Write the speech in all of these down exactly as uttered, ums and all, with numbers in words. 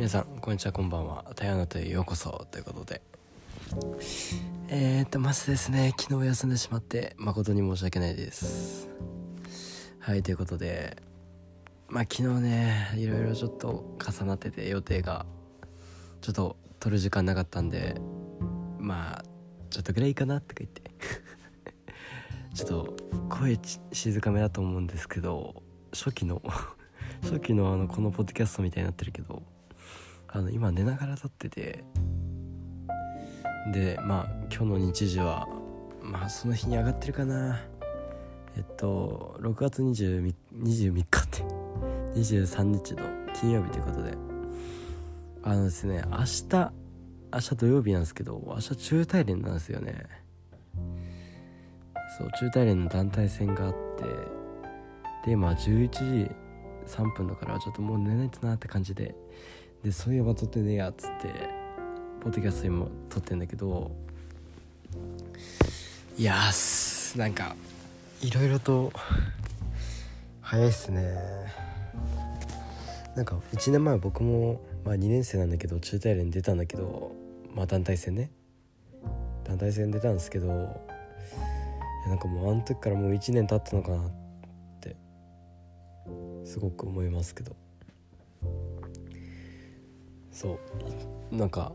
さんこんにちは、こんばんは。たやなとへようこそということで、えーっとまずですね、昨日休んでしまって誠に申し訳ないです。はい、ということで、まあ昨日ね、いろいろちょっと重なってて予定がちょっと取る時間なかったんで、まあちょっとぐらいいいかなって言ってちょっと声静かめだと思うんですけど、初期の初期のあのこのポッドキャストみたいになってるけど、あの今寝ながら撮ってて、でまあ今日の日時はまあその日に上がってるかな。えっとろくがつにじゅうみっかってにじゅうさんにちの金曜日ということで、あのですね、明日明日土曜日なんですけど、明日中大連なんですよね。そう中大連の団体戦があって、でまあじゅういちじさんぷんだからちょっともう寝ないとなって感じで、でそういえば撮ってねえやっつってポッドキャストにも撮ってんだけど、いやーなんかいろいろと早いっすね。なんかいちねんまえ僕も、まあ、にねん生なんだけど中大連出たんだけど、まあ団体戦ね団体戦出たんですけど、いやなんかもうあの時からもういちねん経ったのかなってすごく思いますけど、そうなんか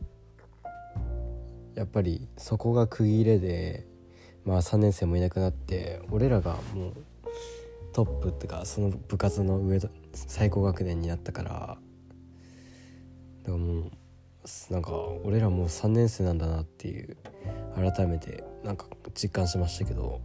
やっぱりそこが区切れで、まあさんねん生もいなくなって、俺らがもうトップってかその部活の上最高学年になったから、だからもうなんか俺らもうさんねん生なんだなっていう改めてなんか実感しましたけど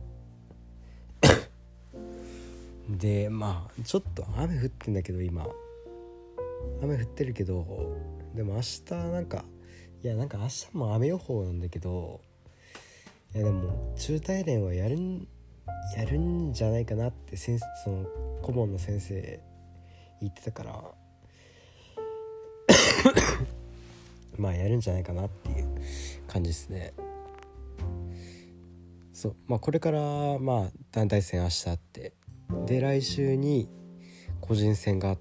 でまあちょっと雨降ってんだけど、今雨降ってるけど、でも明日なんかいやなんか明日も雨予報なんだけど、いやでも中大連はやるんやるんじゃないかなって先生、その顧問の先生言ってたからまあやるんじゃないかなっていう感じですね。そうまあこれからまあ団体戦明日あって、で来週に個人戦があって、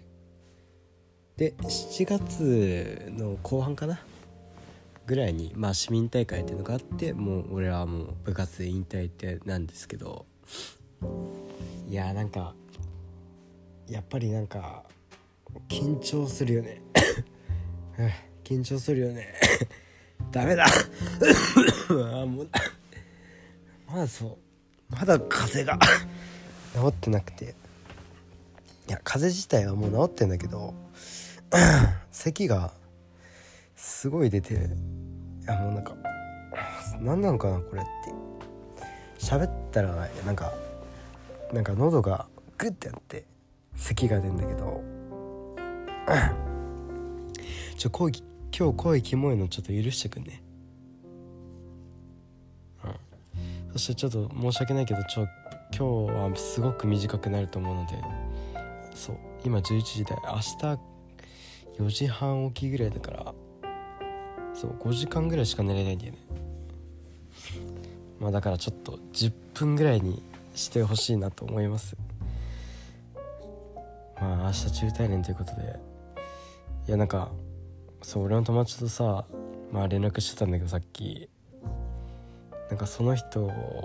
でしちがつの後半かなぐらいにまあ市民大会っていうのがあって、もう俺はもう部活で引退ってなんですけど、いやなんかやっぱりなんか緊張するよね緊張するよねダメだあもうまだそうまだ風邪が治ってなくて、いや風邪自体はもう治ってんだけど咳がすごい出て、いやもうなんか何なのかなこれって喋ったらなんかなんか喉がグッてやって咳が出るんだけどちょ声今日声キモいのちょっと許してくんね、うん、そしてちょっと申し訳ないけどちょ今日はすごく短くなると思うので、そう今じゅういちじで明日よじはん起きぐらいだから、そうごじかんぐらいしか寝れないんだよね。まあだからちょっとじゅっぷんぐらいにしてほしいなと思います。まあ明日中大連ということで、いやなんかそう俺の友達とさ、まあ連絡してたんだけどさっき、なんかその人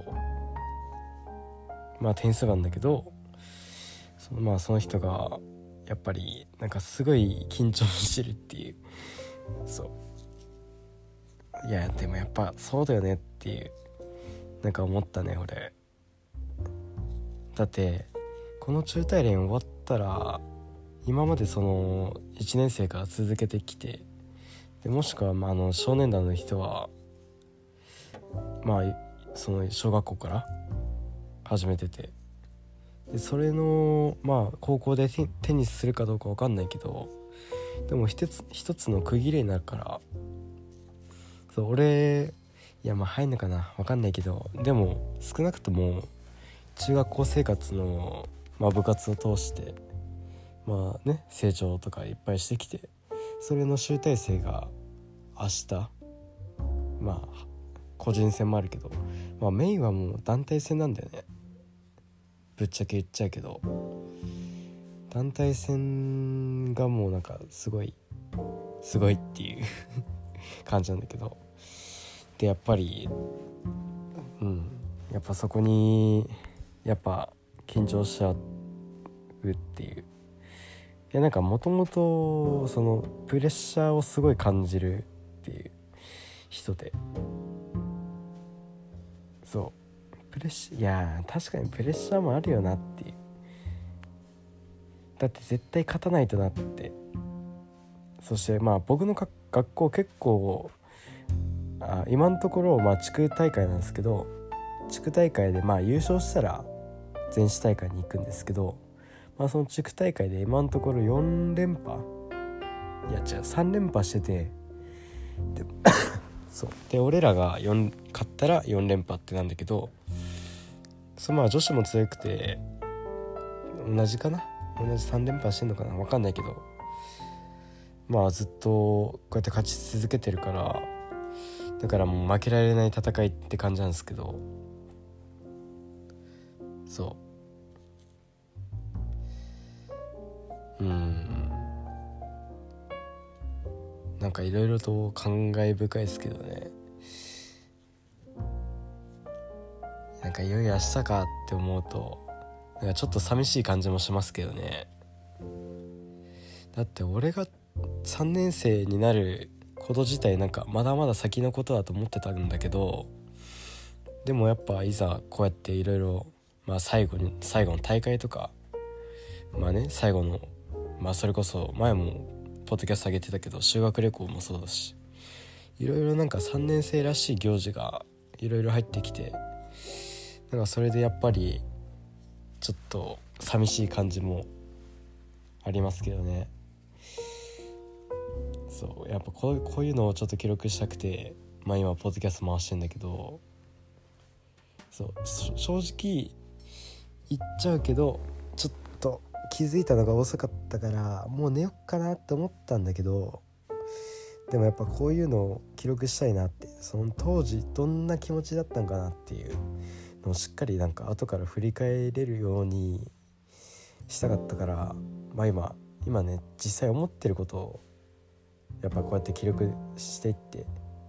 まあテニス部なんだけど、そのまあその人がやっぱりなんかすごい緊張してるっていう、そういやでもやっぱそうだよねっていうなんか思ったね俺。だってこの中大連終わったら今までそのいちねん生から続けてきて、でもしくはまああの少年団の人はまあその小学校から始めてて、でそれのまあ高校でテテニスするかどうか分かんないけど、でも一つ一つの区切りになるから、そう俺いやまあ入んのかな分かんないけど、でも少なくとも中学校生活の、まあ、部活を通してまあね成長とかいっぱいしてきて、それの集大成が明日、まあ個人戦もあるけど、まあメインはもう団体戦なんだよね。ぶっちゃけ言っちゃうけど団体戦がもうなんかすごいすごいっていう感じなんだけど、でやっぱりうんやっぱそこにやっぱ緊張しちゃうっていう、いやなんかもともとそのプレッシャーをすごい感じるっていう人で、そうプレッシャー、いや確かにプレッシャーもあるよなっていう、だって絶対勝たないとなって。そしてまあ僕の学校結構あ今のところまあ地区大会なんですけど、地区大会でまあ優勝したら全市大会に行くんですけど、まあその地区大会で今のところよん連覇、いや違うさん連覇してて、でそうで俺らがよん勝ったらよん連覇ってなんだけど、そのまあ女子も強くて同じかな、同じさん連覇してんのかな、分かんないけど、まあずっとこうやって勝ち続けてるから、だからもう負けられない戦いって感じなんですけど、そううーんなんかいろいろと感慨深いですけどね。なんかいよいよ明日かって思うとなんかちょっと寂しい感じもしますけどね。だって俺がさんねん生になること自体なんかまだまだ先のことだと思ってたんだけど、でもやっぱいざこうやっていろいろまあ最後に最後の大会とかまあね最後のまあそれこそ前もポッドキャスト上げてたけど修学旅行もそうだし、いろいろなんかさんねん生らしい行事がいろいろ入ってきて、なんかそれでやっぱりちょっと寂しい感じもありますけどね。そうやっぱこう、こういうのをちょっと記録したくてまあ今ポッドキャスト回してんだけど、そう正直言っちゃうけどちょっと気づいたのが遅かったからもう寝よっかなって思ったんだけど、でもやっぱこういうのを記録したいなって、その当時どんな気持ちだったんかなっていうのをしっかりなんか後から振り返れるようにしたかったから、まあ今今ね実際思ってることをやっぱこうやって記録していって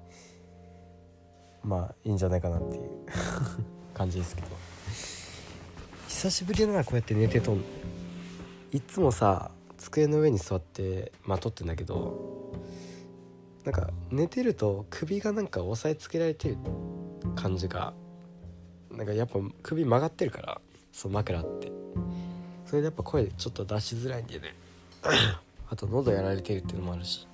まあいいんじゃないかなっていう感じですけど、久しぶりだなこうやって寝てとんの。いつもさ机の上に座ってまあ撮ってんだけど、なんか寝てると首がなんか押さえつけられてる感じが、なんかやっぱ首曲がってるから、そう枕ってそれでやっぱ声ちょっと出しづらいんだよねあと喉やられてるっていうのもあるし、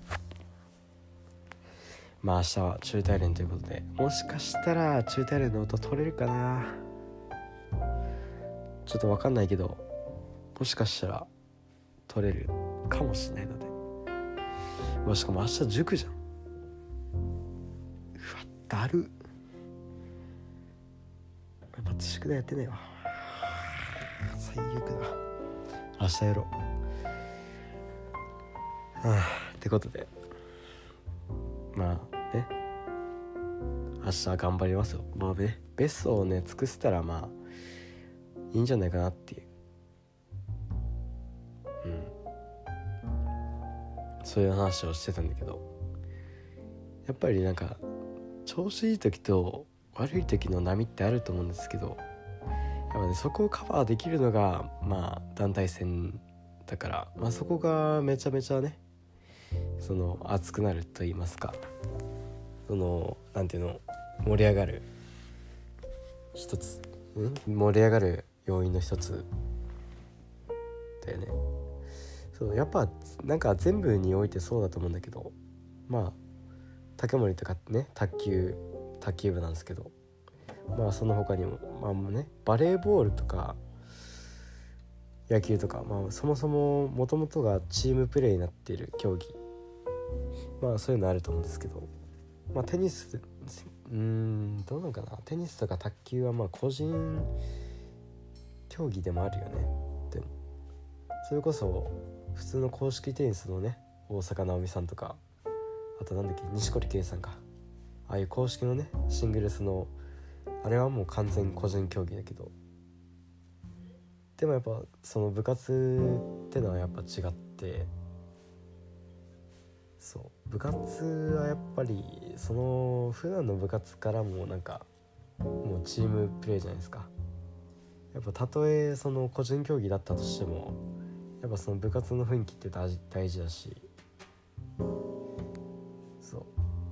まあ明日は中大連ということで、もしかしたら中大連の音取れるかな、ちょっと分かんないけどもしかしたら取れるかもしれないので、うわしかも明日塾じゃん、うわだる、やっぱ宿題やってねえわ、最悪だ、明日やろう。はあってことでまあね明日頑張りますよ。まあねベストをね尽くせたらまあいいんじゃないかなっていう、うんそういう話をしてたんだけど、やっぱりなんか調子いい時と悪い時の波ってあると思うんですけど、やっぱねそこをカバーできるのがまあ団体戦だから、まあそこがめちゃめちゃねその熱くなると言いますか、そのなんていうの盛り上がる一つ、ん盛り上がる要因の一つだよね。そうやっぱなんか全部においてそうだと思うんだけど、まあ竹森とかね卓球卓球部なんですけど、まあその他にもまあもうねバレーボールとか野球とか、まあそもそももともとがチームプレーになっている競技、まあそういうのあると思うんですけど、まあテニスうーんどうなんかな、テニスとか卓球はまあ個人競技でもあるよね。でもそれこそ普通の公式テニスのね大坂なおみさんとか、あとなんだっけ錦織圭さんか、ああいう公式のねシングルスのあれはもう完全個人競技だけど、でもやっぱその部活ってのはやっぱ違って、 そう部活はやっぱりその普段の部活からもなんかもうチームプレーじゃないですか。やっぱたとえその個人競技だったとしてもやっぱその部活の雰囲気って大事、大事だし、そう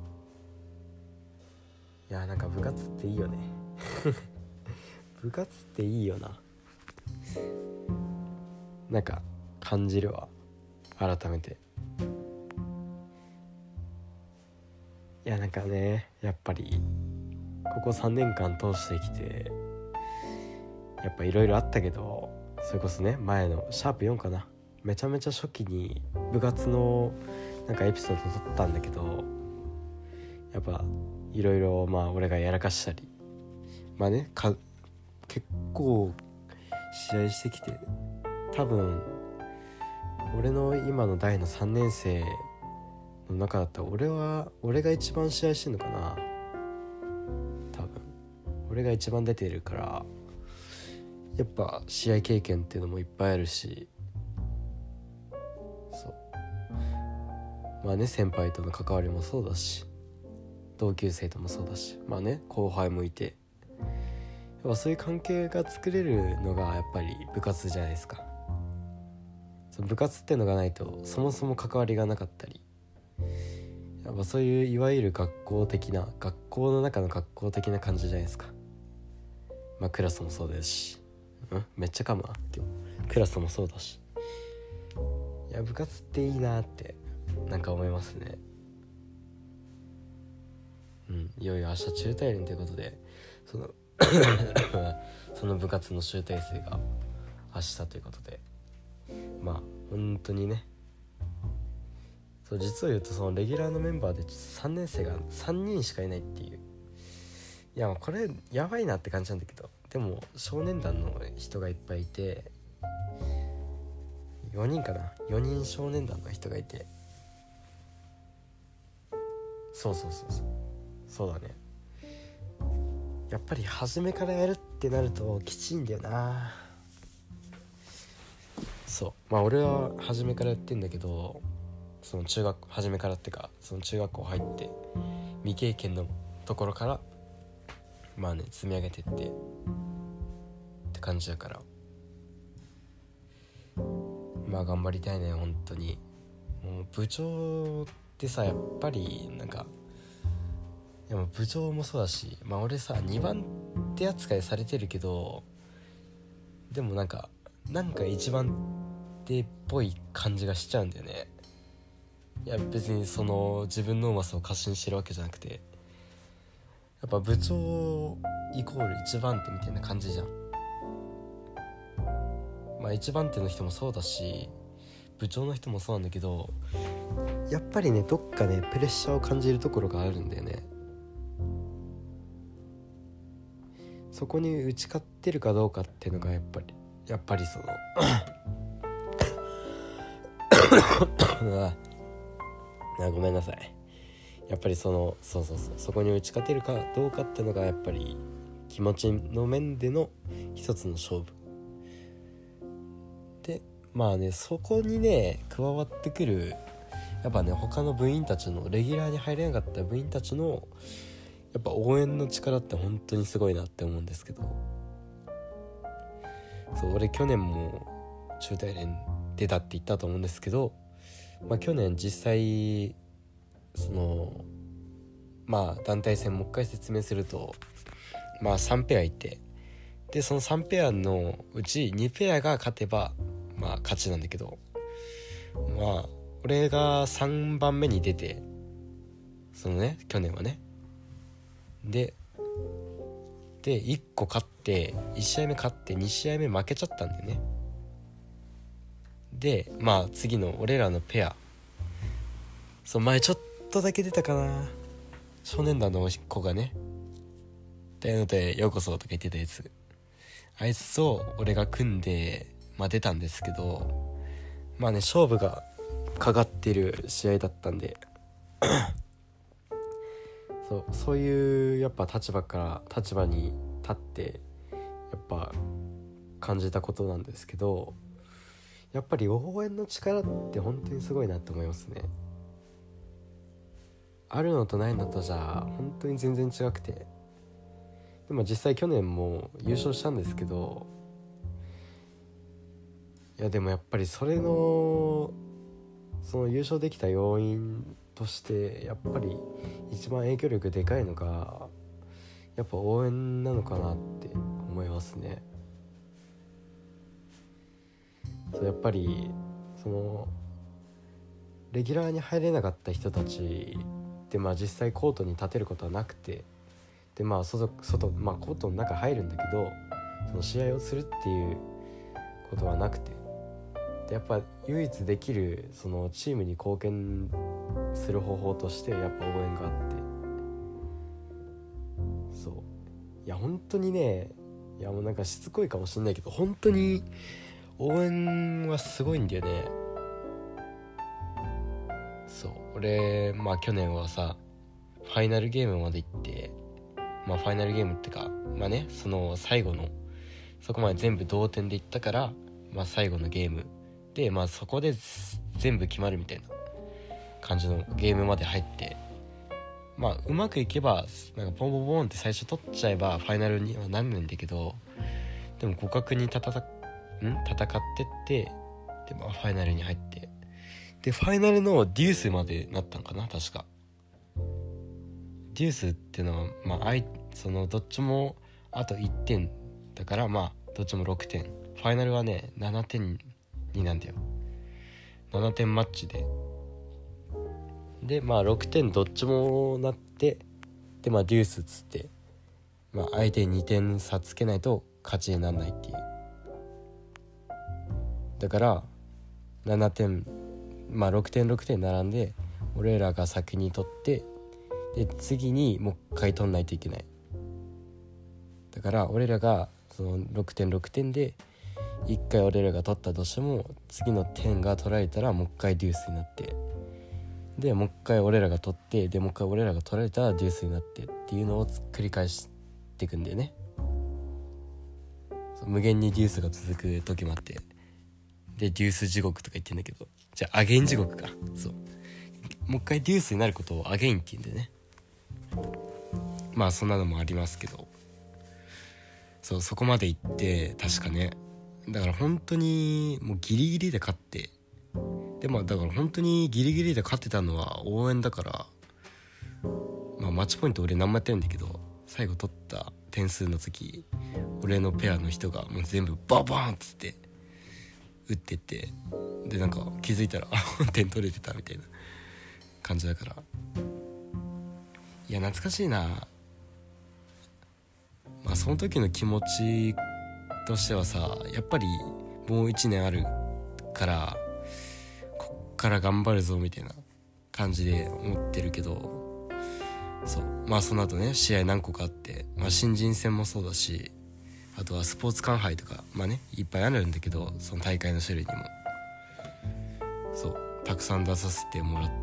いやなんか部活っていいよね部活っていいよな、なんか感じるわ改めて。いやなんかねやっぱりここさんねんかん通してきてやっぱいろいろあったけど、それこそね前のシャープよんかな、めちゃめちゃ初期に部活のなんかエピソード撮ったんだけど、やっぱいろいろまあ俺がやらかしたりまあねか結構試合してきて、多分俺の今の代のさんねん生の中だったら俺は俺が一番試合してんのかな、多分俺が一番出てるから、やっぱ試合経験っていうのもいっぱいあるし、そうまあね先輩との関わりもそうだし同級生ともそうだし、まあね後輩もいて、やっぱそういう関係が作れるのがやっぱり部活じゃないですか。その部活ってのがないとそもそも関わりがなかったり、やっぱそういういわゆる学校的な学校の中の学校的な感じじゃないですか。まあクラスもそうですし、うんめっちゃ噛むわ今日。クラスもそうだし、いや部活っていいなってなんか思いますね。うんいよいよ明日中大連ということで、そのその部活の集大成が明日ということで、まあ本当にね、そう実を言うとそのレギュラーのメンバーでさんねん生がさんにんしかいないっていう、いやこれやばいなって感じなんだけど、でも少年団の人がいっぱいいて、よにんかな、よにん少年団の人がいて、そうそうそうそうそうだね、やっぱり初めからやるってなるときちいんだよな。そうまあ俺は初めからやってんだけど、その中学初めからってかその中学校入って未経験のところからまあね積み上げてってって感じだから、まあ頑張りたいね本当に。もう部長ってさやっぱりなんか、いやもう部長もそうだし、まあ俺さにばん手扱いされてるけど、でもなんかなんかいちばん手っぽい感じがしちゃうんだよね。いや別にその自分のうまさを過信してるわけじゃなくて、やっぱ部長イコール一番手みたいな感じじゃん。まあ一番手の人もそうだし部長の人もそうなんだけど、やっぱりねどっかねプレッシャーを感じるところがあるんだよね。そこに打ち勝ってるかどうかっていうのがやっぱりやっぱりそのあごめんなさい、やっぱりそのそうそうそうそこに打ち勝てるかどうかっていうのがやっぱり気持ちの面での一つの勝負で、まあねそこにね加わってくるやっぱね他の部員たちのレギュラーに入れなかった部員たちのやっぱ応援の力って本当にすごいなって思うんですけど、そう俺去年も中大連出たって言ったと思うんですけど、まあ去年実際そのまあ団体戦もう一回説明すると、まあさんペアいて、でそのさんペアのうちにペアが勝てばまあ勝ちなんだけど、まあ俺がさんばんめに出て、そのね去年はねででいっこ勝っていち試合目勝ってに試合目負けちゃったんだよね。でまあ次の俺らのペア、そう前ちょっとだけ出たかな、少年団の子がねでのでようこそとか言ってたやつ、あいつと俺が組んでまあ出たんですけど、まあね勝負がかかってる試合だったんでそうそういうやっぱ立場から立場に立ってやっぱ感じたことなんですけど、やっぱり応援の力って本当にすごいなって思いますね。 あるのとないのとじゃ本当に全然違くて、でも実際去年も優勝したんですけど、いやでもやっぱりそれのその優勝できた要因としてやっぱり一番影響力でかいのがやっぱ応援なのかなって思いますね。そうやっぱりそのレギュラーに入れなかった人たちで、まあ実際コートに立てることはなくて、でまあ外外、まあ、コートの中入るんだけど、その試合をするっていうことはなくて、でやっぱ唯一できるそのチームに貢献する方法としてやっぱ応援があって、そういや本当にね、いやもうなんかしつこいかもしれないけど本当に応援はすごいんだよね。そう俺まあ去年はさファイナルゲームまで行って、まあファイナルゲームってかまあねその最後のそこまで全部同点で行ったから、まあ最後のゲームでまあそこで全部決まるみたいな感じのゲームまで入って、まあうまくいけばなんかポンポンポンって最初取っちゃえばファイナルにはなんないんだけど、でも互角に戦ん戦ってってで、まあ、ファイナルに入って、でファイナルのデュースまでなったんかな確か。デュースってのはまあそのどっちもあといってんだから、まあどっちもろくてん、ファイナルはねななてんになんだよ。ななてんマッチででまあろくてんどっちもなって、でまあデュースっつって、まあ相手ににてん差つけないと勝ちにならないっていう。だからななてんまあろくてんろくてん並んで俺らが先に取って、で次にもう一回取んないといけない。だから俺らがそのろくてんろくてんで一回俺らが取ったとしても次の点が取られたらもう一回デュースになって、でもう一回俺らが取って、でもう一回俺らが取られたらデュースになってっていうのを繰り返していくんだよね。無限にデュースが続く時もあって、でデュース地獄とか言ってんだけど、じゃあアゲイン地獄か。そうもう一回デュースになることをアゲインって言うんだよね。まあそんなのもありますけど、そうそこまで行って確かね、だから本当にもうギリギリで勝って、でまあだから本当にギリギリで勝ってたのは応援だから、まあマッチポイント俺何もやってないんだけど、最後取った点数の時俺のペアの人がもう全部ババーンっつって打ってって、でなんか気づいたら点取れてたみたいな感じだから、いや懐かしいな。まあその時の気持ちとしてはさ、やっぱりもういちねんあるからこっから頑張るぞみたいな感じで思ってるけど、そうまあその後ね試合何個かあって、まあ新人戦もそうだし、あとはスポーツカン杯とかまあねいっぱいあるんだけど、その大会の種類にもそうたくさん出させてもらって、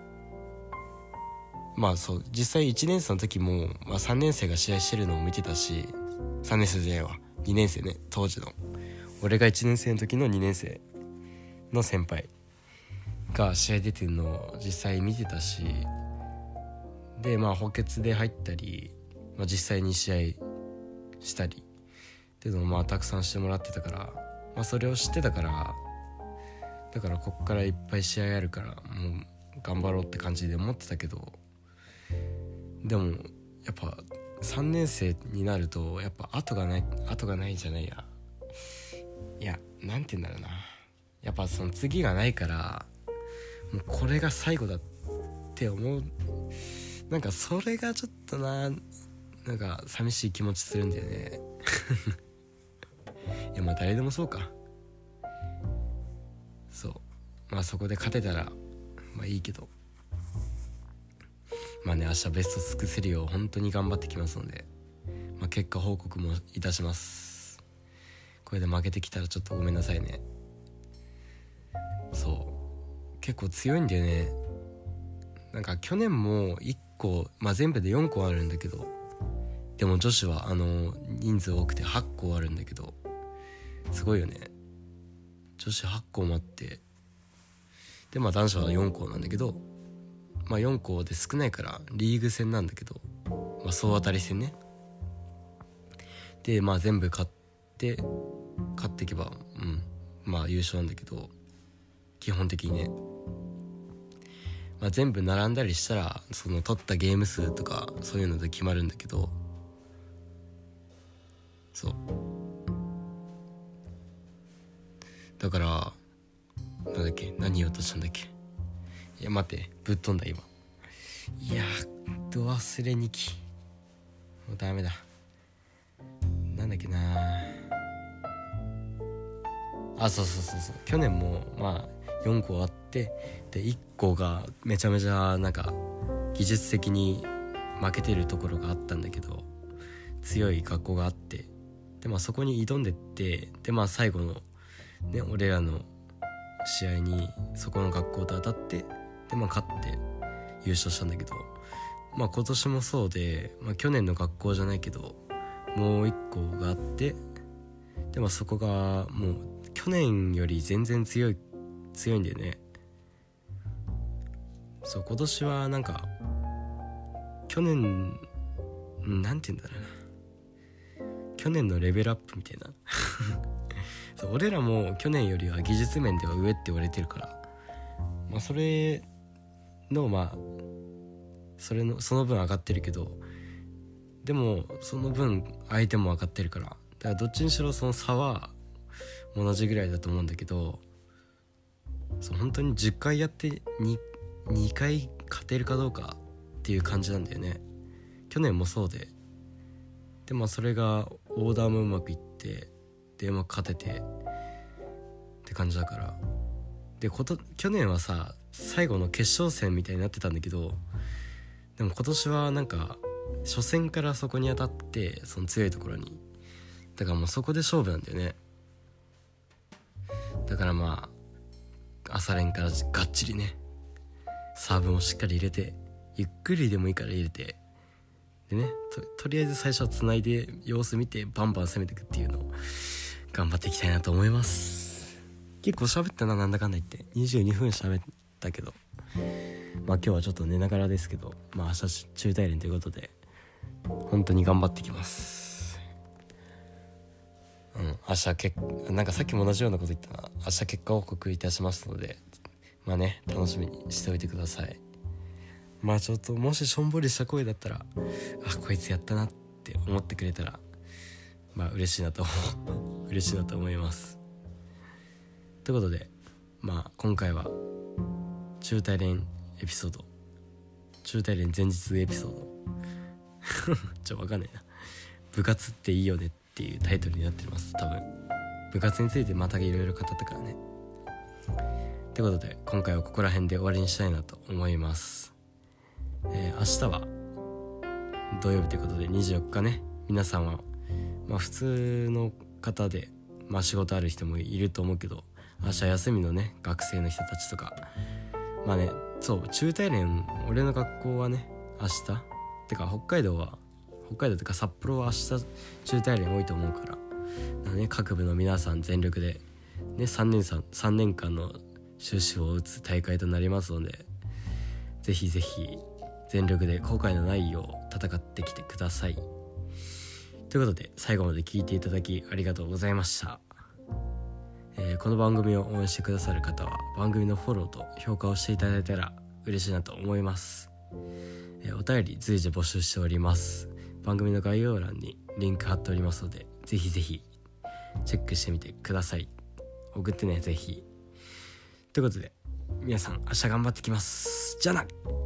まあそう実際いちねん生の時も、まあ、さんねん生が試合してるのを見てたし、さんねん生じゃないわにねん生ね、当時の俺がいちねん生の時のにねん生の先輩が試合出てるのを実際見てたし、でまあ補欠で入ったり、まあ、実際に試合したりっていうのをまあたくさんしてもらってたから、まあ、それを知ってたから、だからこっからいっぱい試合あるからもう頑張ろうって感じで思ってたけど、でもやっぱさんねん生になるとやっぱ後がない後がないんじゃないやいやなんて言うんだろうな、やっぱその次がないからもうこれが最後だって思う、なんかそれがちょっとな、なんか寂しい気持ちするんだよねいやまあ誰でもそうか。そうまあそこで勝てたらまあいいけど、まあね明日ベスト尽くせるよう本当に頑張ってきますので、まあ、結果報告もいたします。これで負けてきたらちょっとごめんなさいね。そう結構強いんだよね。なんか去年もいっこ、まあ全部でよんこあるんだけど、でも女子はあの人数多くてはっこあるんだけど、すごいよね。女子はっこもあって、でまあ男子はよんこなんだけど、 まあよん校で少ないからリーグ戦なんだけど、まあ総当たり戦ね。でまあ全部勝って勝っていけばうんまあ優勝なんだけど、基本的にね、まあ、全部並んだりしたらその取ったゲーム数とかそういうので決まるんだけど、そうだからなんだっけ、何言おうとしたんだっけ。いや待って、ぶっ飛んだ今。いやーど忘れにき、もうダメだ。なんだっけなあ、そうそうそうそう、去年もまあよん校あって、でいっ校がめちゃめちゃなんか技術的に負けてるところがあったんだけど、強い学校があって、でまあそこに挑んでって、でまあ最後のね俺らの試合にそこの学校と当たって、でまあ勝って優勝したんだけど、まあ今年もそうで、まあ、去年の学校じゃないけどもう一校があって、でもそこがもう去年より全然強い強いんだよね。そう今年はなんか去年なんて言うんだろうな、去年のレベルアップみたいなそう俺らも去年よりは技術面では上って言われてるから、まあそれのまあそれのその分上がってるけど、でもその分相手も上がってるから、だからどっちにしろその差は同じぐらいだと思うんだけど、そう本当にじゅっかいやって 2, 2回勝てるかどうかっていう感じなんだよね。去年もそうで、でまあそれがオーダーもうまくいって、でうまく勝ててって感じだから、でこと去年はさ最後の決勝戦みたいになってたんだけど、でも今年はなんか初戦からそこに当たって、その強いところに、だからもうそこで勝負なんだよね。だからまあ朝練からがっちりねサーブもしっかり入れて、ゆっくりでもいいから入れて、でね と, とりあえず最初はつないで様子見てバンバン攻めていくっていうのを頑張っていきたいなと思います。結構喋ったな、なんだかんだ言ってにじゅうにふん喋ったけど、まあ今日はちょっと寝ながらですけど、まあ明日中大連ということで本当に頑張ってきます。うん、明日けなんかさっきも同じようなこと言ったな。明日結果報告いたしますので、まあね楽しみにしておいてください。まあちょっともししょんぼりした声だったら、あこいつやったなって思ってくれたらまあ嬉しいなと嬉しいなと思います。ということでまあ今回は中大連エピソード、中大連前日エピソードちょっとわかんないな、部活っていいよねっていうタイトルになってます。多分部活についてまたいろいろ語ったからね。ということで今回はここら辺で終わりにしたいなと思います。えー、明日は土曜日ということでにじゅうよっかね、皆さんはまあ普通の方でまあ仕事ある人もいると思うけど、明日休みのね学生の人たちとか、まあねそう中大連俺の学校はね明日てか北海道は北海道とか札幌は明日中大連多いと思うから、だからね各部の皆さん全力でねさんねんさんさんねんかんの収支を打つ大会となりますので、ぜひぜひ全力で後悔のないよう戦ってきてください。ということで最後まで聞いていただきありがとうございました。えー、この番組を応援してくださる方は番組のフォローと評価をしていただいたら嬉しいなと思います。えー、お便り随時募集しております。番組の概要欄にリンク貼っておりますので、ぜひぜひチェックしてみてください。送ってねぜひ。ということで皆さん明日頑張ってきます。じゃあな。